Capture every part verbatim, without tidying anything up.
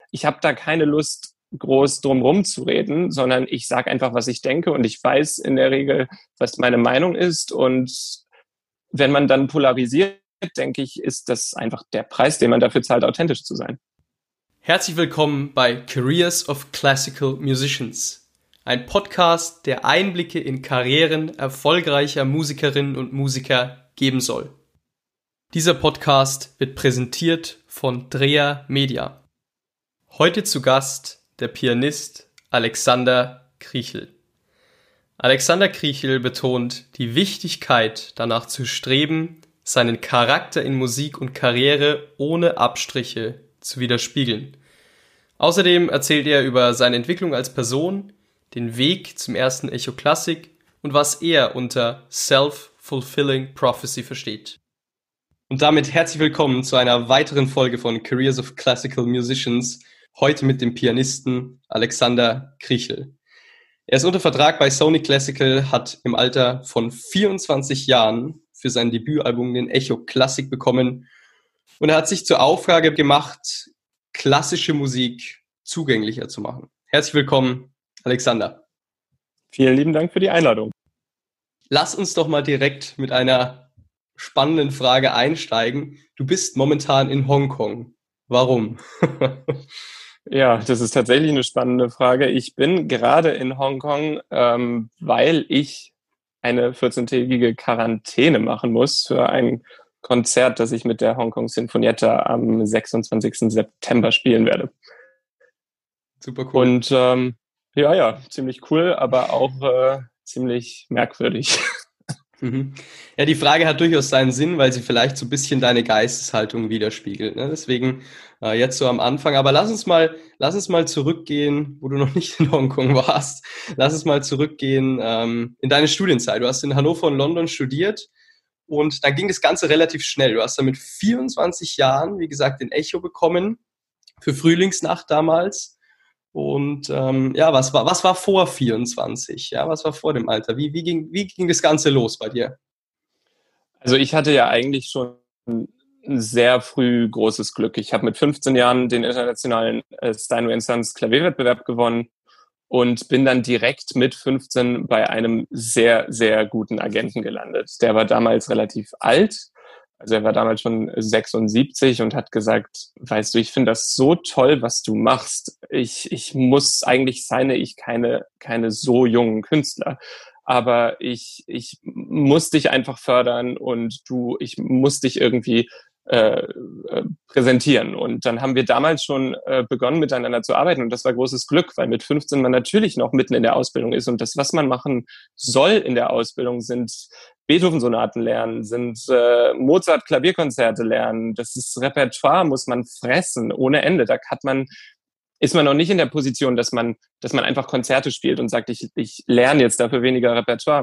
ich habe da keine Lust, groß drumherum zu reden, sondern ich sage einfach, was ich denke und ich weiß in der Regel, was meine Meinung ist. Und wenn man dann polarisiert, denke ich, ist das einfach der Preis, den man dafür zahlt, authentisch zu sein. Herzlich willkommen bei Careers of Classical Musicians, ein Podcast, der Einblicke in Karrieren erfolgreicher Musikerinnen und Musiker geben soll. Dieser Podcast wird präsentiert von Drea Media. Heute zu Gast der Pianist Alexander Krichel. Alexander Krichel betont die Wichtigkeit, danach zu streben, seinen Charakter in Musik und Karriere ohne Abstriche zu widerspiegeln. Außerdem erzählt er über seine Entwicklung als Person, den Weg zum ersten Echo Classic und was er unter Self-Fulfilling Prophecy versteht. Und damit herzlich willkommen zu einer weiteren Folge von Careers of Classical Musicians, heute mit dem Pianisten Alexander Krichel. Er ist unter Vertrag bei Sony Classical, hat im Alter von vierundzwanzig Jahren für sein Debütalbum den Echo Classic bekommen und er hat sich zur Aufgabe gemacht, klassische Musik zugänglicher zu machen. Herzlich willkommen, Alexander. Vielen lieben Dank für die Einladung. Lass uns doch mal direkt mit einer spannenden Frage einsteigen. Du bist momentan in Hongkong. Warum? Ja, das ist tatsächlich eine spannende Frage. Ich bin gerade in Hongkong, ähm, weil ich eine vierzehntägige Quarantäne machen muss für ein Konzert, das ich mit der Hongkong Sinfonietta am sechsundzwanzigsten September spielen werde. Super cool. Und ähm, ja, ja, ziemlich cool, aber auch äh, ziemlich merkwürdig. Mhm. Ja, die Frage hat durchaus seinen Sinn, weil sie vielleicht so ein bisschen deine Geisteshaltung widerspiegelt. Ne? Deswegen äh, jetzt so am Anfang. Aber lass uns mal, lass uns mal zurückgehen, wo du noch nicht in Hongkong warst. Lass uns mal zurückgehen ähm, in deine Studienzeit. Du hast in Hannover und London studiert und dann ging das Ganze relativ schnell. Du hast dann mit vierundzwanzig Jahren, wie gesagt, den Echo bekommen für Frühlingsnacht damals. Und ähm, ja, was war was war vor vierundzwanzig? Ja, was war vor dem Alter? Wie wie ging wie ging das Ganze los bei dir? Also ich hatte ja eigentlich schon ein sehr früh großes Glück. Ich habe mit fünfzehn Jahren den internationalen äh, Steinway and Sons Klavierwettbewerb gewonnen und bin dann direkt mit fünfzehn bei einem sehr, sehr guten Agenten gelandet. Der war damals relativ alt. Also er war damals schon sechsundsiebzig und hat gesagt, weißt du, ich finde das so toll, was du machst. Ich, ich muss, eigentlich seine ich keine, keine so jungen Künstler. Aber ich, ich muss dich einfach fördern und du, ich muss dich irgendwie äh, äh, präsentieren. Und dann haben wir damals schon äh, begonnen, miteinander zu arbeiten. Und das war großes Glück, weil mit fünfzehn man natürlich noch mitten in der Ausbildung ist. Und das, was man machen soll in der Ausbildung, sind Beethoven-Sonaten lernen, sind äh, Mozart-Klavierkonzerte lernen. Das ist Repertoire, muss man fressen ohne Ende. Da hat man, ist man noch nicht in der Position, dass man, dass man einfach Konzerte spielt und sagt, ich, ich lerne jetzt dafür weniger Repertoire.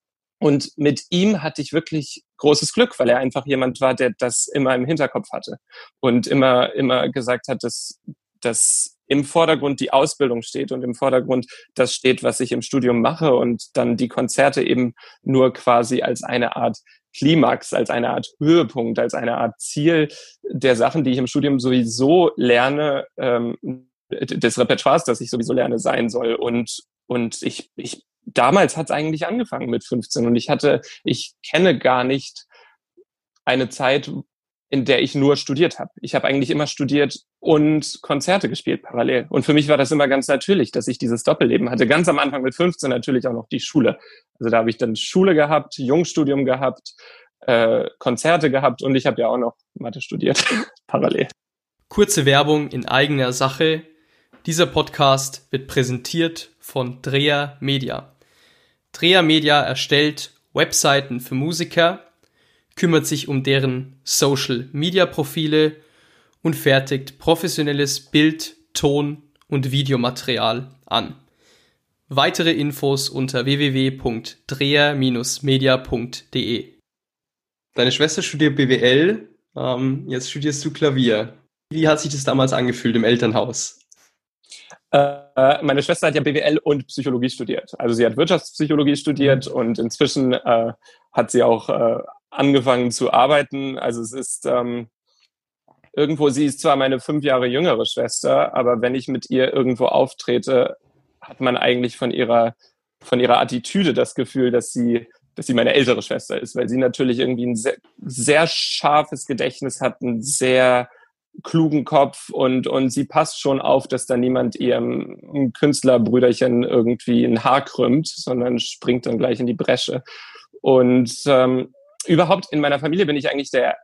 Und mit ihm hatte ich wirklich großes Glück, weil er einfach jemand war, der das immer im Hinterkopf hatte und immer, immer gesagt hat, dass, dass im Vordergrund die Ausbildung steht und im Vordergrund das steht, was ich im Studium mache und dann die Konzerte eben nur quasi als eine Art Klimax, als eine Art Höhepunkt, als eine Art Ziel der Sachen, die ich im Studium sowieso lerne, ähm, des Repertoires, das ich sowieso lerne, sein soll. Und, und ich, ich, damals hat es eigentlich angefangen mit fünfzehn und ich hatte, ich kenne gar nicht eine Zeit, in der ich nur studiert habe. Ich habe eigentlich immer studiert und Konzerte gespielt parallel. Und für mich war das immer ganz natürlich, dass ich dieses Doppelleben hatte. Ganz am Anfang mit fünfzehn natürlich auch noch die Schule. Also da habe ich dann Schule gehabt, Jungstudium gehabt, äh, Konzerte gehabt und ich habe ja auch noch Mathe studiert parallel. Kurze Werbung in eigener Sache. Dieser Podcast wird präsentiert von Drea Media. Drea Media erstellt Webseiten für Musiker, kümmert sich um deren Social-Media-Profile und fertigt professionelles Bild-, Ton- und Videomaterial an. Weitere Infos unter w w w punkt drea Bindestrich media punkt d e. Deine Schwester studiert B W L, ähm, jetzt studierst du Klavier. Wie hat sich das damals angefühlt im Elternhaus? Äh, meine Schwester hat ja B W L und Psychologie studiert. Also sie hat Wirtschaftspsychologie studiert und inzwischen äh, hat sie auch äh, angefangen zu arbeiten. Also es ist, ähm, irgendwo, sie ist zwar meine fünf Jahre jüngere Schwester, aber wenn ich mit ihr irgendwo auftrete, hat man eigentlich von ihrer, von ihrer Attitüde das Gefühl, dass sie, dass sie meine ältere Schwester ist, weil sie natürlich irgendwie ein sehr, sehr scharfes Gedächtnis hat, einen sehr klugen Kopf und, und sie passt schon auf, dass da niemand ihrem Künstlerbrüderchen irgendwie ein Haar krümmt, sondern springt dann gleich in die Bresche. Und ähm, überhaupt in meiner Familie bin ich eigentlich der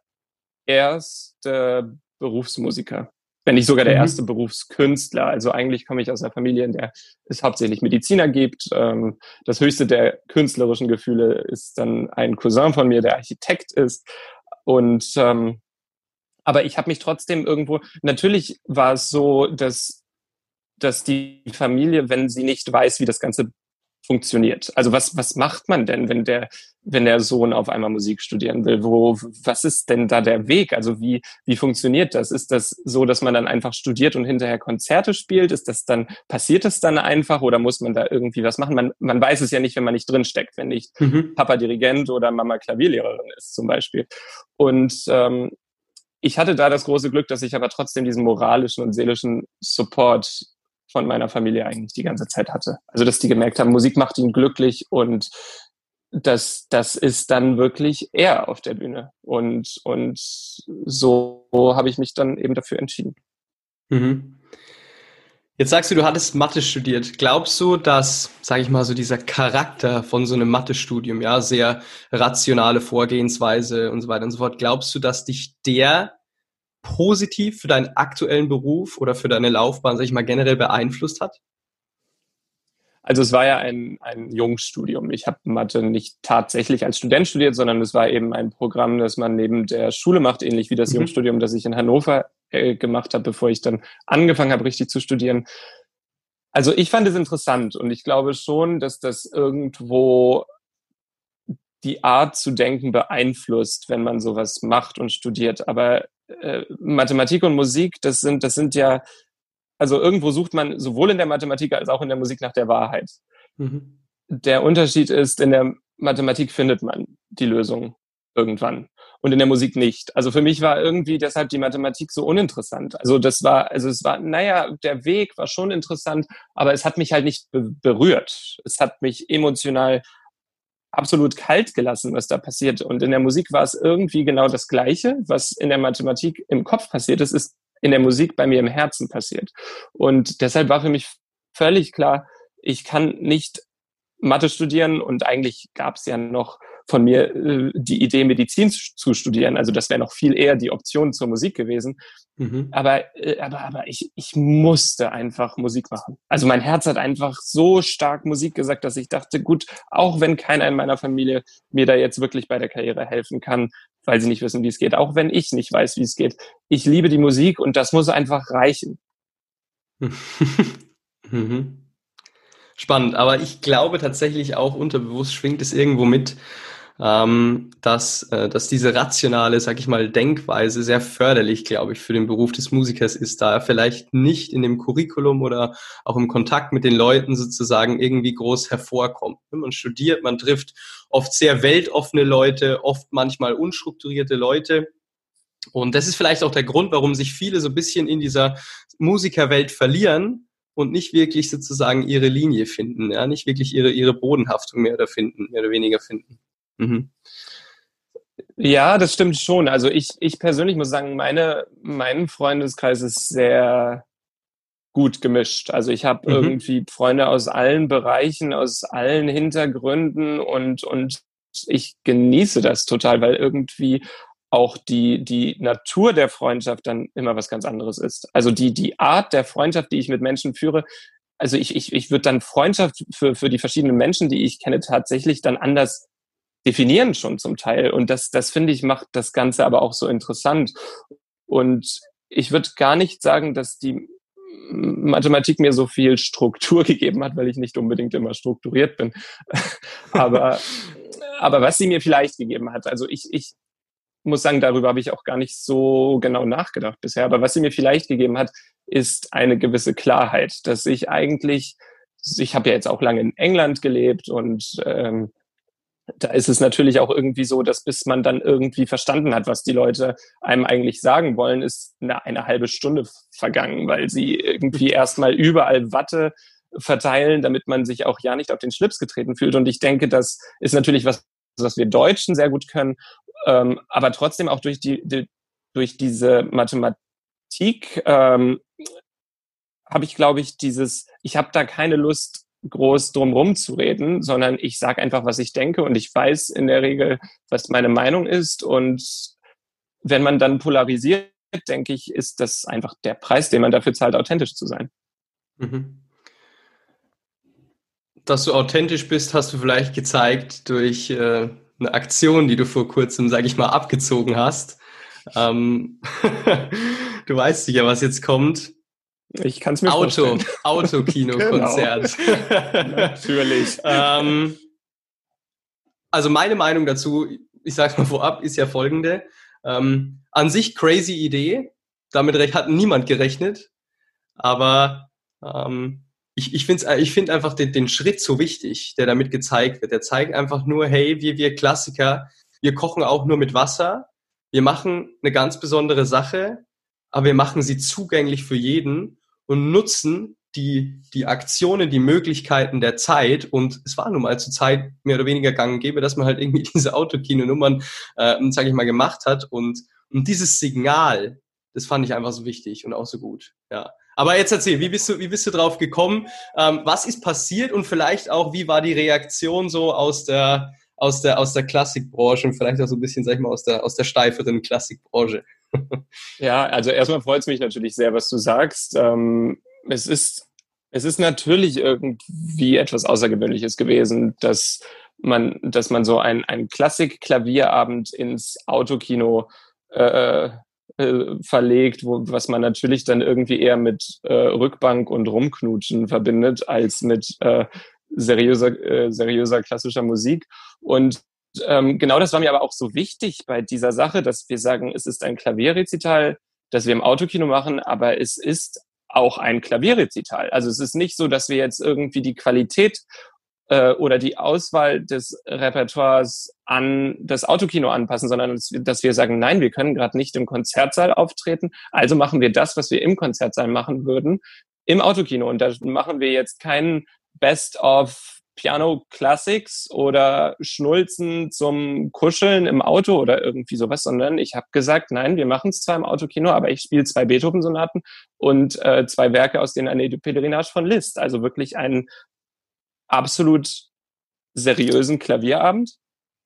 erste Berufsmusiker, wenn nicht sogar der erste mhm. Berufskünstler. Also eigentlich komme ich aus einer Familie, in der es hauptsächlich Mediziner gibt. Ähm, das höchste der künstlerischen Gefühle ist dann ein Cousin von mir, der Architekt ist. Und ähm, aber ich habe mich trotzdem irgendwo, natürlich war es so, dass, dass die Familie, wenn sie nicht weiß, wie das Ganze funktioniert. Also was, was macht man denn, wenn der, wenn der Sohn auf einmal Musik studieren will? Wo, was ist denn da der Weg? Also wie, wie funktioniert das? Ist das so, dass man dann einfach studiert und hinterher Konzerte spielt? Ist das dann, passiert das dann einfach oder muss man da irgendwie was machen? Man, man weiß es ja nicht, wenn man nicht drinsteckt, wenn nicht mhm. Papa Dirigent oder Mama Klavierlehrerin ist zum Beispiel. Und ähm, ich hatte da das große Glück, dass ich aber trotzdem diesen moralischen und seelischen Support von meiner Familie eigentlich die ganze Zeit hatte. Also, dass die gemerkt haben, Musik macht ihn glücklich und das, das ist dann wirklich er auf der Bühne. Und, und so habe ich mich dann eben dafür entschieden. Mhm. Jetzt sagst du, du hattest Mathe studiert. Glaubst du, dass, sage ich mal, so dieser Charakter von so einem Mathestudium, ja, sehr rationale Vorgehensweise und so weiter und so fort, glaubst du, dass dich der positiv für deinen aktuellen Beruf oder für deine Laufbahn, sag ich mal, generell beeinflusst hat? Also es war ja ein, ein Jungstudium. Ich habe Mathe nicht tatsächlich als Student studiert, sondern es war eben ein Programm, das man neben der Schule macht, ähnlich wie das mhm. Jungstudium, das ich in Hannover äh, gemacht habe, bevor ich dann angefangen habe, richtig zu studieren. Also ich fand es interessant und ich glaube schon, dass das irgendwo die Art zu denken beeinflusst, wenn man sowas macht und studiert. Aber äh, Mathematik und Musik, das sind, das sind ja, also irgendwo sucht man sowohl in der Mathematik als auch in der Musik nach der Wahrheit. Mhm. Der Unterschied ist, in der Mathematik findet man die Lösung irgendwann und in der Musik nicht. Also für mich war irgendwie deshalb die Mathematik so uninteressant. Also das war, also es war, naja, der Weg war schon interessant, aber es hat mich halt nicht be- berührt. Es hat mich emotional absolut kalt gelassen, was da passiert. Und in der Musik war es irgendwie genau das Gleiche. Was in der Mathematik im Kopf passiert ist, ist in der Musik bei mir im Herzen passiert. Und deshalb war für mich völlig klar, ich kann nicht Mathe studieren und eigentlich gab es ja noch von mir äh, die Idee, Medizin zu studieren. Also das wäre noch viel eher die Option zur Musik gewesen. Mhm. Aber, äh, aber, aber ich, ich musste einfach Musik machen. Also mein Herz hat einfach so stark Musik gesagt, dass ich dachte, gut, auch wenn keiner in meiner Familie mir da jetzt wirklich bei der Karriere helfen kann, weil sie nicht wissen, wie es geht, auch wenn ich nicht weiß, wie es geht, ich liebe die Musik und das muss einfach reichen. mhm. Spannend, aber ich glaube tatsächlich auch unterbewusst schwingt es irgendwo mit, ähm, dass, äh, dass diese rationale, sag ich mal, Denkweise sehr förderlich, glaube ich, für den Beruf des Musikers ist, da er vielleicht nicht in dem Curriculum oder auch im Kontakt mit den Leuten sozusagen irgendwie groß hervorkommt. Man studiert, man trifft oft sehr weltoffene Leute, oft manchmal unstrukturierte Leute. Und das ist vielleicht auch der Grund, warum sich viele so ein bisschen in dieser Musikerwelt verlieren und nicht wirklich sozusagen ihre Linie finden, ja, nicht wirklich ihre, ihre Bodenhaftung mehr oder finden, mehr oder weniger finden. Mhm. Ja, das stimmt schon. Also ich, ich persönlich muss sagen, meine, mein Freundeskreis ist sehr gut gemischt. Also ich habe mhm. irgendwie Freunde aus allen Bereichen, aus allen Hintergründen und, und ich genieße das total, weil irgendwie auch die, die Natur der Freundschaft dann immer was ganz anderes ist. Also die, die Art der Freundschaft, die ich mit Menschen führe, also ich, ich, ich würde dann Freundschaft für, für die verschiedenen Menschen, die ich kenne, tatsächlich dann anders definieren schon zum Teil. Und das, das finde ich, macht das Ganze aber auch so interessant. Und ich würde gar nicht sagen, dass die Mathematik mir so viel Struktur gegeben hat, weil ich nicht unbedingt immer strukturiert bin. aber, aber was sie mir vielleicht gegeben hat, also ich, ich muss sagen, darüber habe ich auch gar nicht so genau nachgedacht bisher. Aber was sie mir vielleicht gegeben hat, ist eine gewisse Klarheit, dass ich eigentlich, ich habe ja jetzt auch lange in England gelebt und ähm, da ist es natürlich auch irgendwie so, dass bis man dann irgendwie verstanden hat, was die Leute einem eigentlich sagen wollen, ist eine, eine halbe Stunde vergangen, weil sie irgendwie erstmal überall Watte verteilen, damit man sich auch ja nicht auf den Schlips getreten fühlt. Und ich denke, das ist natürlich was, was wir Deutschen sehr gut können, ähm, aber trotzdem auch durch die, die durch diese Mathematik ähm, habe ich, glaube ich, dieses, ich habe da keine Lust, groß drumherum zu reden, sondern ich sage einfach, was ich denke und ich weiß in der Regel, was meine Meinung ist. Und wenn man dann polarisiert, denke ich, ist das einfach der Preis, den man dafür zahlt, authentisch zu sein. Mhm. Dass du authentisch bist, hast du vielleicht gezeigt durch äh, eine Aktion, die du vor kurzem, sage ich mal, abgezogen hast. Ähm, du weißt sicher, was jetzt kommt. Ich kann es mir Auto, vorstellen. Autokino-Konzert. Genau. Natürlich. ähm, also meine Meinung dazu, ich sage mal vorab, ist ja folgende. Ähm, an sich crazy Idee. Damit hat niemand gerechnet. Aber ähm, ich, ich finde ich find einfach den, den Schritt so wichtig, der damit gezeigt wird. Der zeigt einfach nur, hey, wir, wir Klassiker, wir kochen auch nur mit Wasser. Wir machen eine ganz besondere Sache, aber wir machen sie zugänglich für jeden und nutzen die, die Aktionen, die Möglichkeiten der Zeit. Und es war nun mal zur Zeit mehr oder weniger gang und gäbe, dass man halt irgendwie diese Autokino-Nummern, äh, sage ich mal, gemacht hat. Und, und dieses Signal, das fand ich einfach so wichtig und auch so gut. Ja. Aber jetzt erzähl, wie bist du, wie bist du drauf gekommen? Ähm, was ist passiert und vielleicht auch, wie war die Reaktion so aus der, aus der, aus der Klassikbranche und vielleicht auch so ein bisschen, sag ich mal, aus der, aus der steiferen Klassikbranche? Ja, also erstmal freut es mich natürlich sehr, was du sagst. Ähm, es ist, es ist natürlich irgendwie etwas Außergewöhnliches gewesen, dass man, dass man so ein, ein Klassik-Klavierabend ins Autokino äh, äh, verlegt, wo, was man natürlich dann irgendwie eher mit äh, Rückbank und Rumknutschen verbindet, als mit äh, seriöser, äh, seriöser klassischer Musik. Und ähm, genau das war mir aber auch so wichtig bei dieser Sache, dass wir sagen, es ist ein Klavierrezital, das wir im Autokino machen, aber es ist auch ein Klavierrezital. Also es ist nicht so, dass wir jetzt irgendwie die Qualität äh, oder die Auswahl des Repertoires an das Autokino anpassen, sondern dass wir, dass wir sagen, nein, wir können gerade nicht im Konzertsaal auftreten, also machen wir das, was wir im Konzertsaal machen würden, im Autokino. Und da machen wir jetzt keinen Best of Piano Classics oder Schnulzen zum Kuscheln im Auto oder irgendwie sowas, sondern ich habe gesagt, nein, wir machen es zwar im Autokino, aber ich spiele zwei Beethoven-Sonaten und äh, zwei Werke aus den Années du Pèlerinage von Liszt. Also wirklich einen absolut seriösen Klavierabend,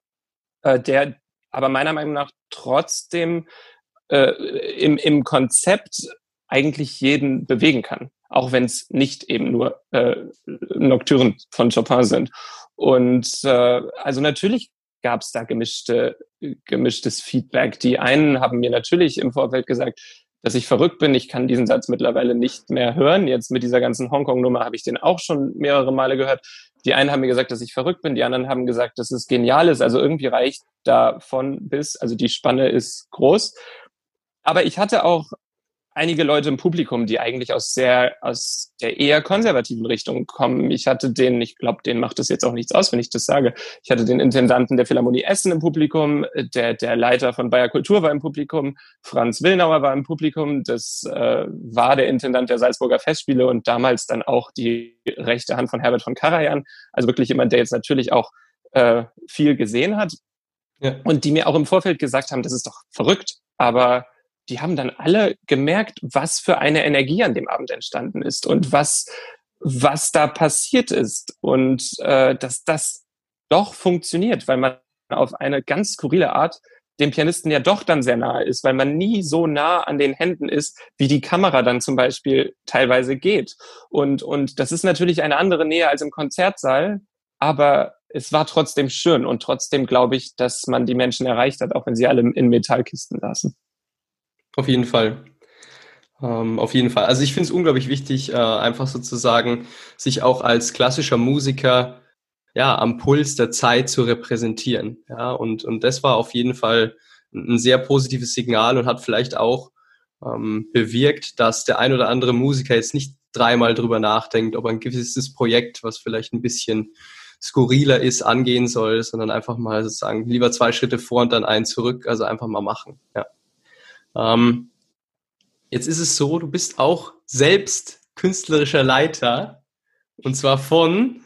äh, der aber meiner Meinung nach trotzdem äh, im, im Konzept eigentlich jeden bewegen kann, auch wenn es nicht eben nur äh, Nocturnen von Chopin sind. Und äh, also natürlich gab es da gemischte, gemischtes Feedback. Die einen haben mir natürlich im Vorfeld gesagt, dass ich verrückt bin. Ich kann diesen Satz mittlerweile nicht mehr hören. Jetzt mit dieser ganzen Hongkong-Nummer habe ich den auch schon mehrere Male gehört. Die einen haben mir gesagt, dass ich verrückt bin. Die anderen haben gesagt, dass es genial ist. Also irgendwie reicht da von bis, also die Spanne ist groß. Aber ich hatte auch einige Leute im Publikum, die eigentlich aus sehr, aus der eher konservativen Richtung kommen. Ich hatte den, ich glaube, denen macht das jetzt auch nichts aus, wenn ich das sage. Ich hatte den Intendanten der Philharmonie Essen im Publikum, der, der Leiter von Bayer Kultur war im Publikum, Franz Willnauer war im Publikum, das äh, war der Intendant der Salzburger Festspiele und damals dann auch die rechte Hand von Herbert von Karajan. Also wirklich jemand, der jetzt natürlich auch äh, viel gesehen hat. Ja. Und die mir auch im Vorfeld gesagt haben, das ist doch verrückt, aber die haben dann alle gemerkt, was für eine Energie an dem Abend entstanden ist und was, was da passiert ist und äh, dass das doch funktioniert, weil man auf eine ganz skurrile Art dem Pianisten ja doch dann sehr nahe ist, weil man nie so nah an den Händen ist, wie die Kamera dann zum Beispiel teilweise geht. Und, und das ist natürlich eine andere Nähe als im Konzertsaal, aber es war trotzdem schön und trotzdem glaube ich, dass man die Menschen erreicht hat, auch wenn sie alle in Metallkisten saßen. Auf jeden Fall. Ähm, auf jeden Fall. Also ich finde es unglaublich wichtig, äh, einfach sozusagen sich auch als klassischer Musiker ja am Puls der Zeit zu repräsentieren. Ja, und, und das war auf jeden Fall ein sehr positives Signal und hat vielleicht auch ähm, bewirkt, dass der ein oder andere Musiker jetzt nicht dreimal drüber nachdenkt, ob ein gewisses Projekt, was vielleicht ein bisschen, skurriler ist, angehen soll, sondern einfach mal sozusagen lieber zwei Schritte vor und dann einen zurück, also einfach mal machen. Ja. Ähm, jetzt ist es so, du bist auch selbst künstlerischer Leiter und zwar von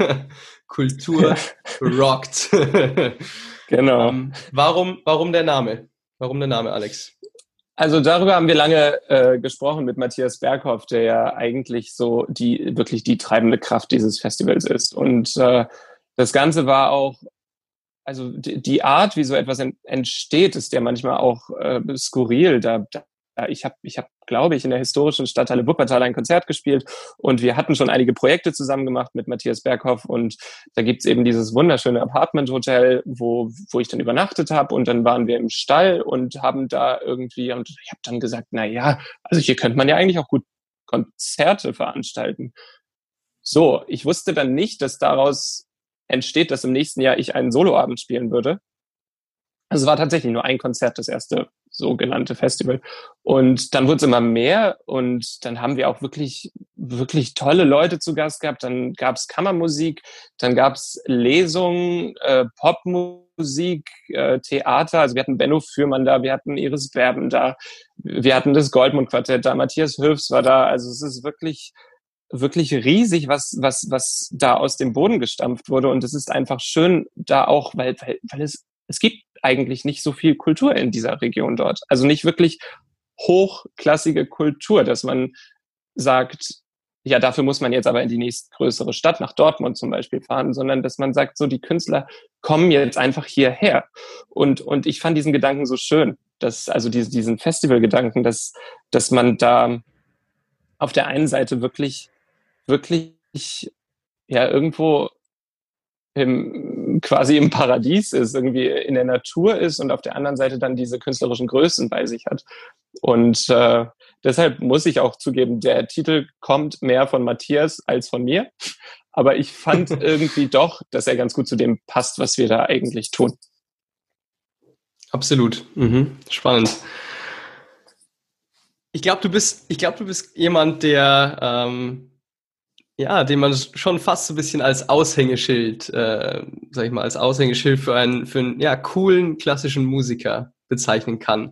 Kultur rockt. Genau. ähm, warum, warum der Name? Warum der Name, Alex? Also darüber haben wir lange äh, gesprochen mit Matthias Berghoff, der ja eigentlich so die wirklich die treibende Kraft dieses Festivals ist. Und äh, das Ganze war auch, also die, die Art, wie so etwas en- entsteht, ist ja manchmal auch äh, skurril. Da, da ich habe, ich hab, glaube ich, in der historischen Stadthalle Wuppertal ein Konzert gespielt und wir hatten schon einige Projekte zusammen gemacht mit Matthias Berghoff und da gibt's eben dieses wunderschöne Apartment-Hotel, wo, wo ich dann übernachtet habe und dann waren wir im Stall und haben da irgendwie, und ich habe dann gesagt, na ja, also hier könnte man ja eigentlich auch gut Konzerte veranstalten. So, ich wusste dann nicht, dass daraus entsteht, dass im nächsten Jahr ich einen Soloabend spielen würde. Also es war tatsächlich nur ein Konzert, das erste sogenannte Festival. Und dann wurde es immer mehr und dann haben wir auch wirklich, wirklich tolle Leute zu Gast gehabt. Dann gab es Kammermusik, dann gab es Lesungen, äh, Popmusik, äh, Theater. Also wir hatten Benno Fürmann da, wir hatten Iris Berben da, wir hatten das Goldmund-Quartett da, Matthias Höfs war da. Also es ist wirklich wirklich riesig, was, was, was da aus dem Boden gestampft wurde. Und es ist einfach schön da auch, weil, weil, weil es, es gibt eigentlich nicht so viel Kultur in dieser Region dort. Also nicht wirklich hochklassige Kultur, dass man sagt, ja, dafür muss man jetzt aber in die nächstgrößere Stadt, nach Dortmund zum Beispiel fahren, sondern dass man sagt, so die Künstler kommen jetzt einfach hierher. Und, und ich fand diesen Gedanken so schön, dass, also diesen, diesen Festivalgedanken, dass, dass man da auf der einen Seite wirklich wirklich ja irgendwo im, quasi im Paradies ist, irgendwie in der Natur ist und auf der anderen Seite dann diese künstlerischen Größen bei sich hat. Und äh, deshalb muss ich auch zugeben, der Titel kommt mehr von Matthias als von mir. Aber ich fand irgendwie doch, dass er ganz gut zu dem passt, was wir da eigentlich tun. Absolut. Mhm. Spannend. Ich glaube, du bist, ich glaube, du bist jemand, der ähm, ja, den man schon fast so ein bisschen als Aushängeschild, äh, sag ich mal, als Aushängeschild für einen, für einen ja, coolen klassischen Musiker bezeichnen kann.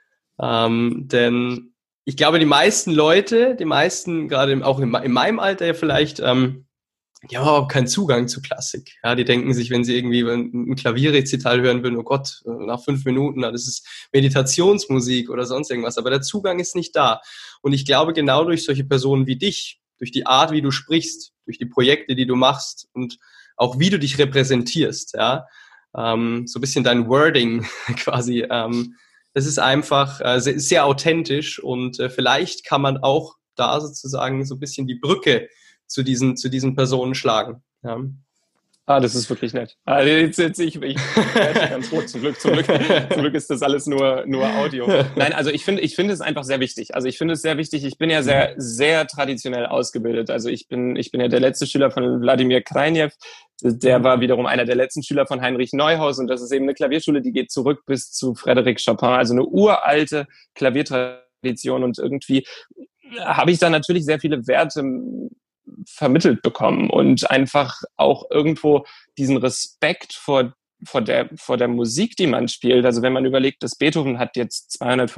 Ähm, denn ich glaube, die meisten Leute, die meisten, gerade auch in, in meinem Alter ja vielleicht, ähm, die haben überhaupt keinen Zugang zu Klassik. Ja, die denken sich, wenn sie irgendwie ein Klavierrezital hören würden, oh Gott, nach fünf Minuten, das ist Meditationsmusik oder sonst irgendwas. Aber der Zugang ist nicht da. Und ich glaube, genau durch solche Personen wie dich, durch die Art, wie du sprichst, durch die Projekte, die du machst und auch wie du dich repräsentierst, ja, ähm, so ein bisschen dein Wording quasi, ähm, das ist einfach äh, sehr, sehr authentisch und äh, vielleicht kann man auch da sozusagen so ein bisschen die Brücke zu diesen, zu diesen Personen schlagen. Ja. Ah, das ist wirklich nett. Ah, jetzt, jetzt, ich, ich werde ganz rot. Zum Glück, zum Glück, zum Glück ist das alles nur, nur Audio. Nein, also ich finde, ich finde es einfach sehr wichtig. Also ich finde es sehr wichtig. Ich bin ja sehr, sehr traditionell ausgebildet. Also ich bin, ich bin ja der letzte Schüler von Wladimir Krajnev. Der war wiederum einer der letzten Schüler von Heinrich Neuhaus. Und das ist eben eine Klavierschule, die geht zurück bis zu Frédéric Chopin. Also eine uralte Klaviertradition. Und irgendwie habe ich da natürlich sehr viele Werte vermittelt bekommen und einfach auch irgendwo diesen Respekt vor vor der vor der Musik, die man spielt. Also wenn man überlegt, dass Beethoven hat jetzt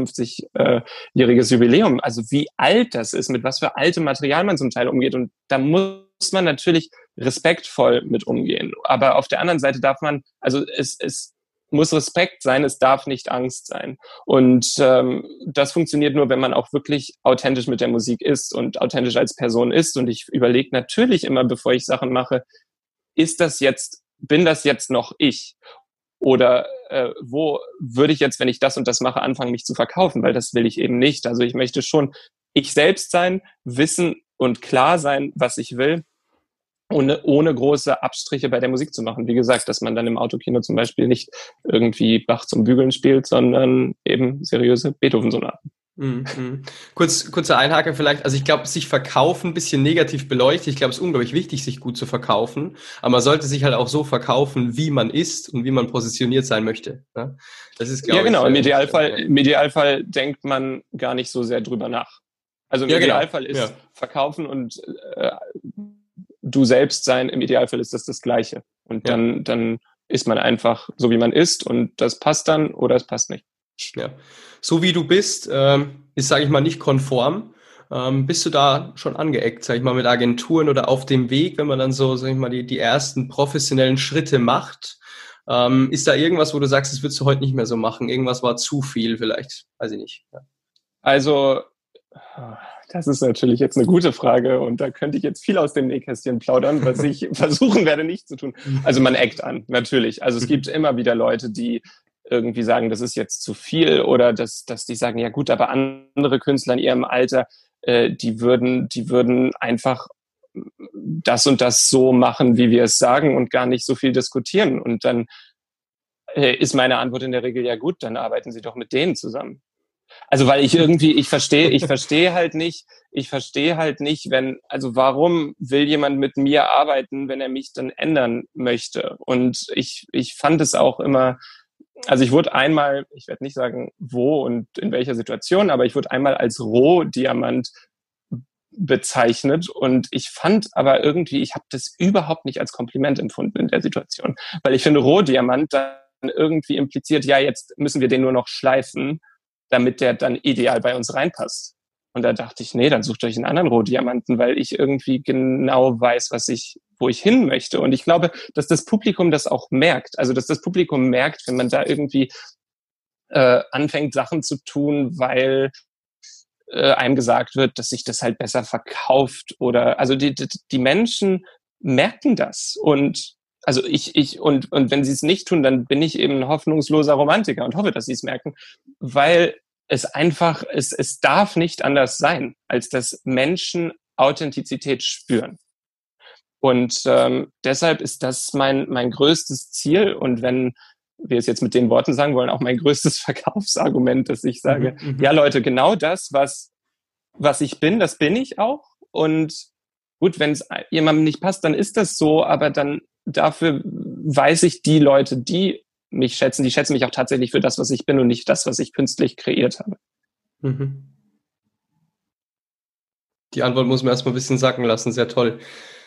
zweihundertfünfzig-jähriges Jubiläum, also wie alt das ist, mit was für altem Material man zum Teil umgeht, und da muss man natürlich respektvoll mit umgehen. Aber auf der anderen Seite darf man, also es es muss Respekt sein, es darf nicht Angst sein. Und ähm, das funktioniert nur, wenn man auch wirklich authentisch mit der Musik ist und authentisch als Person ist. Und ich überlege natürlich immer, bevor ich Sachen mache, ist das jetzt, bin das jetzt noch ich? Oder äh, wo würde ich jetzt, wenn ich das und das mache, anfangen, mich zu verkaufen? Weil das will ich eben nicht. Also ich möchte schon ich selbst sein, wissen und klar sein, was ich will, ohne, ohne große Abstriche bei der Musik zu machen. Wie gesagt, dass man dann im Autokino zum Beispiel nicht irgendwie Bach zum Bügeln spielt, sondern eben seriöse Beethoven-Sonaten. Mhm. Kurz, kurzer Einhaker vielleicht. Also ich glaube, sich verkaufen ein bisschen negativ beleuchtet. Ich glaube, es ist unglaublich wichtig, sich gut zu verkaufen. Aber man sollte sich halt auch so verkaufen, wie man ist und wie man positioniert sein möchte. Ja, das ist, glaube ja genau. ich, Im Idealfall, im Idealfall denkt man gar nicht so sehr drüber nach. Also im ja, Idealfall genau. ist Ja. verkaufen und äh, du selbst sein, im Idealfall ist das das Gleiche. Und Ja. dann, dann ist man einfach so, wie man ist und das passt dann oder es passt nicht. Ja. So wie du bist, ähm, ist, sage ich mal, nicht konform. Ähm, bist du da schon angeeckt, sag ich mal, mit Agenturen oder auf dem Weg, wenn man dann so, sag ich mal, die, die ersten professionellen Schritte macht? Ähm, ist da irgendwas, wo du sagst, das würdest du heute nicht mehr so machen? Irgendwas war zu viel vielleicht? Weiß ich nicht. Ja. Also, das ist natürlich jetzt eine gute Frage und da könnte ich jetzt viel aus dem Nähkästchen plaudern, was ich versuchen werde nicht zu tun. Also man eckt an, natürlich. Also es gibt immer wieder Leute, die irgendwie sagen, das ist jetzt zu viel oder dass, dass die sagen, ja gut, aber andere Künstler in ihrem Alter, äh, die würden, die würden einfach das und das so machen, wie wir es sagen und gar nicht so viel diskutieren. Und dann äh, ist meine Antwort in der Regel, ja gut, dann arbeiten Sie doch mit denen zusammen. Also weil ich irgendwie, ich verstehe, ich verstehe halt nicht, ich verstehe halt nicht, wenn, also warum will jemand mit mir arbeiten, wenn er mich dann ändern möchte? Und ich, ich fand es auch immer, also ich wurde einmal, ich werde nicht sagen, wo und in welcher Situation, aber ich wurde einmal als Rohdiamant bezeichnet und ich fand aber irgendwie, ich habe das überhaupt nicht als Kompliment empfunden in der Situation, weil ich finde, Rohdiamant dann irgendwie impliziert, ja, jetzt müssen wir den nur noch schleifen, damit der dann ideal bei uns reinpasst. Und da dachte ich, nee, dann sucht euch einen anderen Rohdiamanten, weil ich irgendwie genau weiß, was ich, wo ich hin möchte. Und ich glaube, dass das Publikum das auch merkt. Also, dass das Publikum merkt, wenn man da irgendwie äh, anfängt, Sachen zu tun, weil äh, einem gesagt wird, dass sich das halt besser verkauft oder, also die, die, die Menschen merken das. Und also ich, ich, und, und wenn sie es nicht tun, dann bin ich eben ein hoffnungsloser Romantiker und hoffe, dass sie es merken, weil es einfach, es, es darf nicht anders sein, als dass Menschen Authentizität spüren. Und ähm, deshalb ist das mein, mein größtes Ziel. Und wenn wir es jetzt mit den Worten sagen wollen, auch mein größtes Verkaufsargument, dass ich sage, Mhm, ja Leute, genau das, was, was ich bin, das bin ich auch. Und gut, wenn es jemandem nicht passt, dann ist das so, aber dann dafür weiß ich, die Leute, die mich schätzen, die schätzen mich auch tatsächlich für das, was ich bin und nicht das, was ich künstlich kreiert habe. Mhm. Die Antwort muss man erstmal ein bisschen sacken lassen, sehr toll.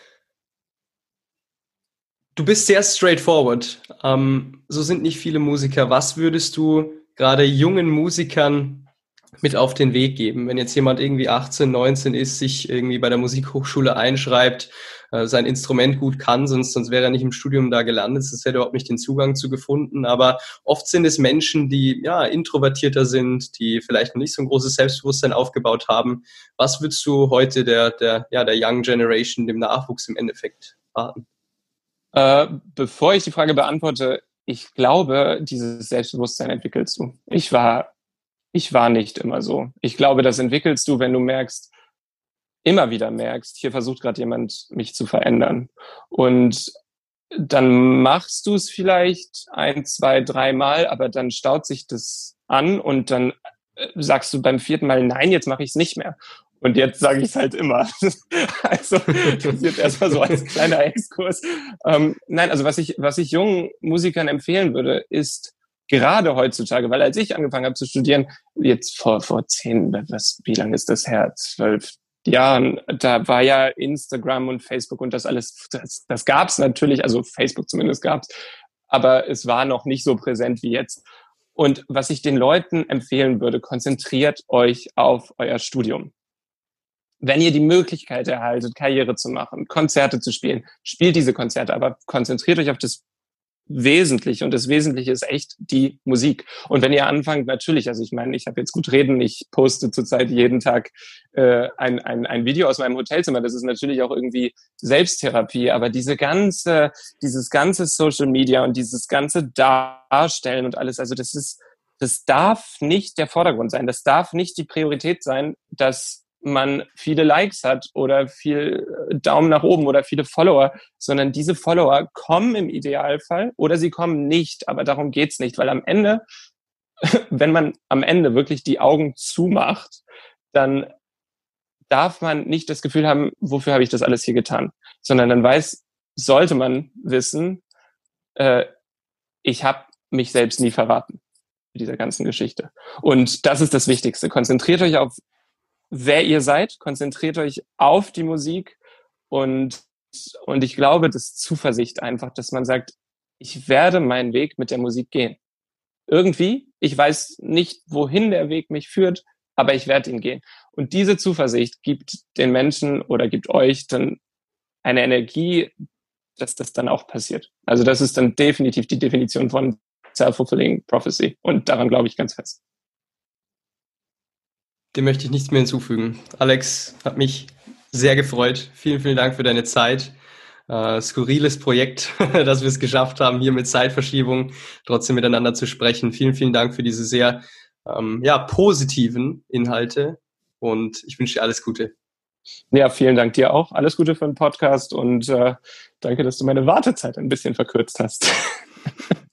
Du bist sehr straightforward. Ähm, so sind nicht viele Musiker. Was würdest du gerade jungen Musikern mit auf den Weg geben, wenn jetzt jemand irgendwie achtzehn, neunzehn ist, sich irgendwie bei der Musikhochschule einschreibt, äh, sein Instrument gut kann, sonst, sonst wäre er nicht im Studium da gelandet, sonst hätte er überhaupt nicht den Zugang zu gefunden. Aber oft sind es Menschen, die ja introvertierter sind, die vielleicht noch nicht so ein großes Selbstbewusstsein aufgebaut haben. Was würdest du heute der, der, ja, der Young Generation, dem Nachwuchs im Endeffekt raten? Äh, bevor ich die Frage beantworte, ich glaube, dieses Selbstbewusstsein entwickelst du. Ich war Ich war nicht immer so. Ich glaube, das entwickelst du, wenn du merkst, immer wieder merkst, hier versucht gerade jemand, mich zu verändern. Und dann machst du es vielleicht ein, zwei, dreimal, aber dann staut sich das an und dann sagst du beim vierten Mal, nein, jetzt mache ich es nicht mehr. Und jetzt sage ich es halt immer. Also das jetzt erstmal so als kleiner Exkurs. Ähm, nein, also was ich, was ich jungen Musikern empfehlen würde, ist, gerade heutzutage, weil als ich angefangen habe zu studieren, jetzt vor, vor zehn, was, wie lange ist das her? Zwölf Jahren, da war ja Instagram und Facebook und das alles, das, das gab's natürlich, also Facebook zumindest gab's, aber es war noch nicht so präsent wie jetzt. Und was ich den Leuten empfehlen würde, konzentriert euch auf euer Studium. Wenn ihr die Möglichkeit erhaltet, Karriere zu machen, Konzerte zu spielen, spielt diese Konzerte, aber konzentriert euch auf das Wesentliche und das Wesentliche ist echt die Musik. Und wenn ihr anfangt, natürlich, also ich meine, ich habe jetzt gut reden, ich poste zurzeit jeden Tag äh, ein, ein, ein Video aus meinem Hotelzimmer, das ist natürlich auch irgendwie Selbsttherapie, aber diese ganze, dieses ganze Social Media und dieses ganze Darstellen und alles, also das ist, das darf nicht der Vordergrund sein, das darf nicht die Priorität sein, dass man viele Likes hat oder viel Daumen nach oben oder viele Follower, sondern diese Follower kommen im Idealfall oder sie kommen nicht, aber darum geht's nicht, weil am Ende, wenn man am Ende wirklich die Augen zumacht, dann darf man nicht das Gefühl haben, wofür habe ich das alles hier getan, sondern dann weiß, sollte man wissen, äh, ich habe mich selbst nie verraten in dieser ganzen Geschichte. Und das ist das Wichtigste. Konzentriert euch auf wer ihr seid, konzentriert euch auf die Musik und und ich glaube, das ist Zuversicht einfach, dass man sagt, ich werde meinen Weg mit der Musik gehen. Irgendwie, ich weiß nicht, wohin der Weg mich führt, aber ich werde ihn gehen. Und diese Zuversicht gibt den Menschen oder gibt euch dann eine Energie, dass das dann auch passiert. Also das ist dann definitiv die Definition von Self-Fulfilling Prophecy. Und daran glaube ich ganz fest. Dem möchte ich nichts mehr hinzufügen. Alex, hat mich sehr gefreut. Vielen, vielen Dank für deine Zeit. Äh, skurriles Projekt, dass wir es geschafft haben, hier mit Zeitverschiebung trotzdem miteinander zu sprechen. Vielen, vielen Dank für diese sehr ähm, ja, positiven Inhalte und ich wünsche dir alles Gute. Ja, vielen Dank dir auch. Alles Gute für den Podcast und äh, danke, dass du meine Wartezeit ein bisschen verkürzt hast.